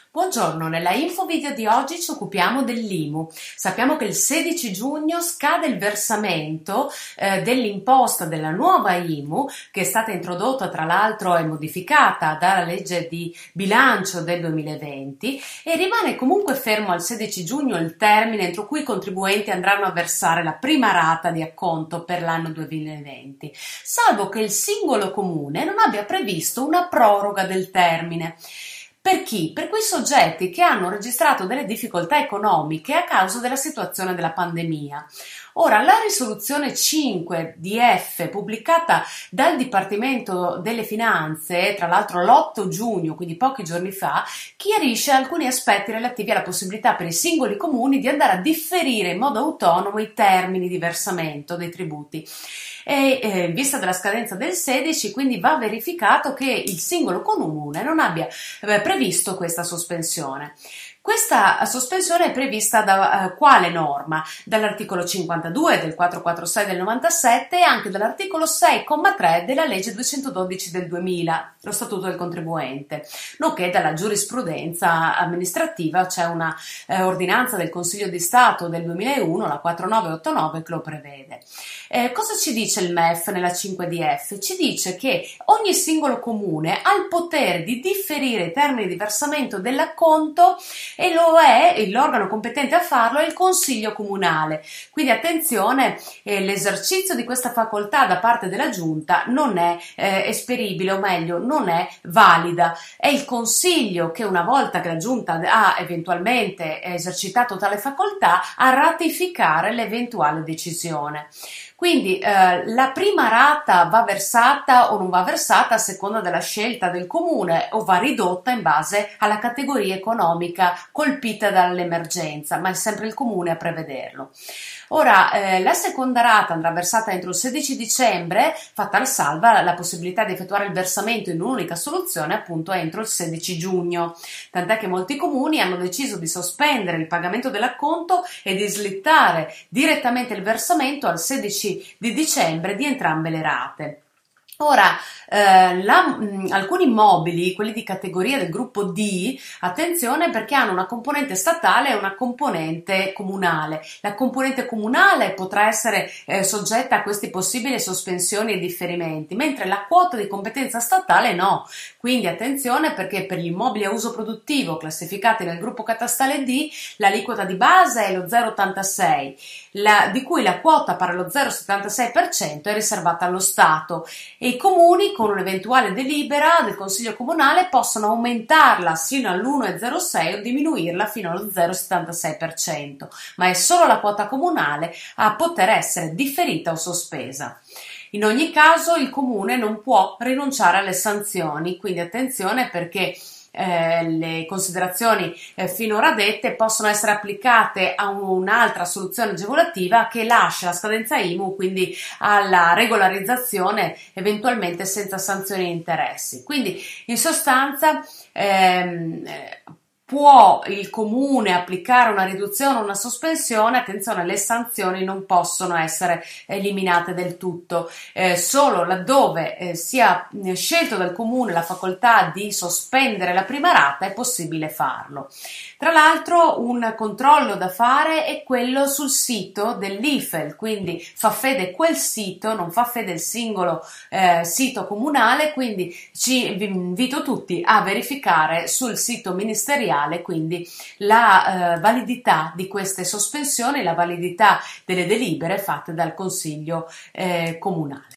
Buongiorno, nella info video di oggi ci occupiamo dell'IMU. Sappiamo che il 16 giugno scade il versamento dell'imposta della nuova IMU, che è stata introdotta tra l'altro e modificata dalla legge di bilancio del 2020, e rimane comunque fermo al 16 giugno il termine entro cui i contribuenti andranno a versare la prima rata di acconto per l'anno 2020, salvo che il singolo comune non abbia previsto una proroga del termine. Per chi? Per quei soggetti che hanno registrato delle difficoltà economiche a causa della situazione della pandemia. Ora, la risoluzione 5 DF pubblicata dal Dipartimento delle Finanze, tra l'altro l'8 giugno, quindi pochi giorni fa, chiarisce alcuni aspetti relativi alla possibilità per i singoli comuni di andare a differire in modo autonomo i termini di versamento dei tributi. In vista della scadenza del 16, quindi va verificato che il singolo comune non abbia previsto questa sospensione. Questa sospensione è prevista da quale norma? Dall'articolo 52 del 446 del 97 e anche dall'articolo 6,3 della legge 212 del 2000, lo Statuto del contribuente, nonché dalla giurisprudenza amministrativa. C'è una ordinanza del Consiglio di Stato del 2001, la 4989, che lo prevede. Cosa ci dice il MEF nella 5DF? Ci dice che ogni singolo comune ha il potere di differire i termini di versamento dell'acconto e lo è, l'organo competente a farlo è il Consiglio Comunale. Quindi attenzione, l'esercizio di questa facoltà da parte della Giunta non è esperibile, o meglio, non è valida. È il Consiglio che, una volta che la Giunta ha eventualmente esercitato tale facoltà, a ratificare l'eventuale decisione. Quindi la prima rata va versata o non va versata a seconda della scelta del comune, o va ridotta in base alla categoria economica colpita dall'emergenza, ma è sempre il comune a prevederlo. Ora, la seconda rata andrà versata entro il 16 dicembre, fatta salva la possibilità di effettuare il versamento in un'unica soluzione appunto entro il 16 giugno, tant'è che molti comuni hanno deciso di sospendere il pagamento dell'acconto e di slittare direttamente il versamento al 16 di dicembre di entrambe le rate. Ora, alcuni immobili, quelli di categoria del gruppo D, attenzione perché hanno una componente statale e una componente comunale. La componente comunale potrà essere soggetta a queste possibili sospensioni e differimenti, mentre la quota di competenza statale no. Quindi attenzione perché per gli immobili a uso produttivo classificati nel gruppo catastale D, l'aliquota di base è lo 0,86, di cui la quota pari allo 0,76% è riservata allo Stato. E i comuni con un'eventuale delibera del Consiglio Comunale possono aumentarla fino all'1,06 o diminuirla fino allo 0,76%, ma è solo la quota comunale a poter essere differita o sospesa. In ogni caso il comune non può rinunciare alle sanzioni, quindi attenzione perché le considerazioni finora dette possono essere applicate a un'altra soluzione agevolativa che lascia la scadenza IMU quindi alla regolarizzazione eventualmente senza sanzioni e interessi. Quindi in sostanza può il comune applicare una riduzione o una sospensione. Attenzione, le sanzioni non possono essere eliminate del tutto, solo laddove sia scelto dal comune la facoltà di sospendere la prima rata è possibile farlo. Tra l'altro un controllo da fare è quello sul sito dell'IFEL, quindi fa fede quel sito, non fa fede il singolo sito comunale, quindi vi invito tutti a verificare sul sito ministeriale quindi la validità di queste sospensioni, la validità delle delibere fatte dal Consiglio Comunale.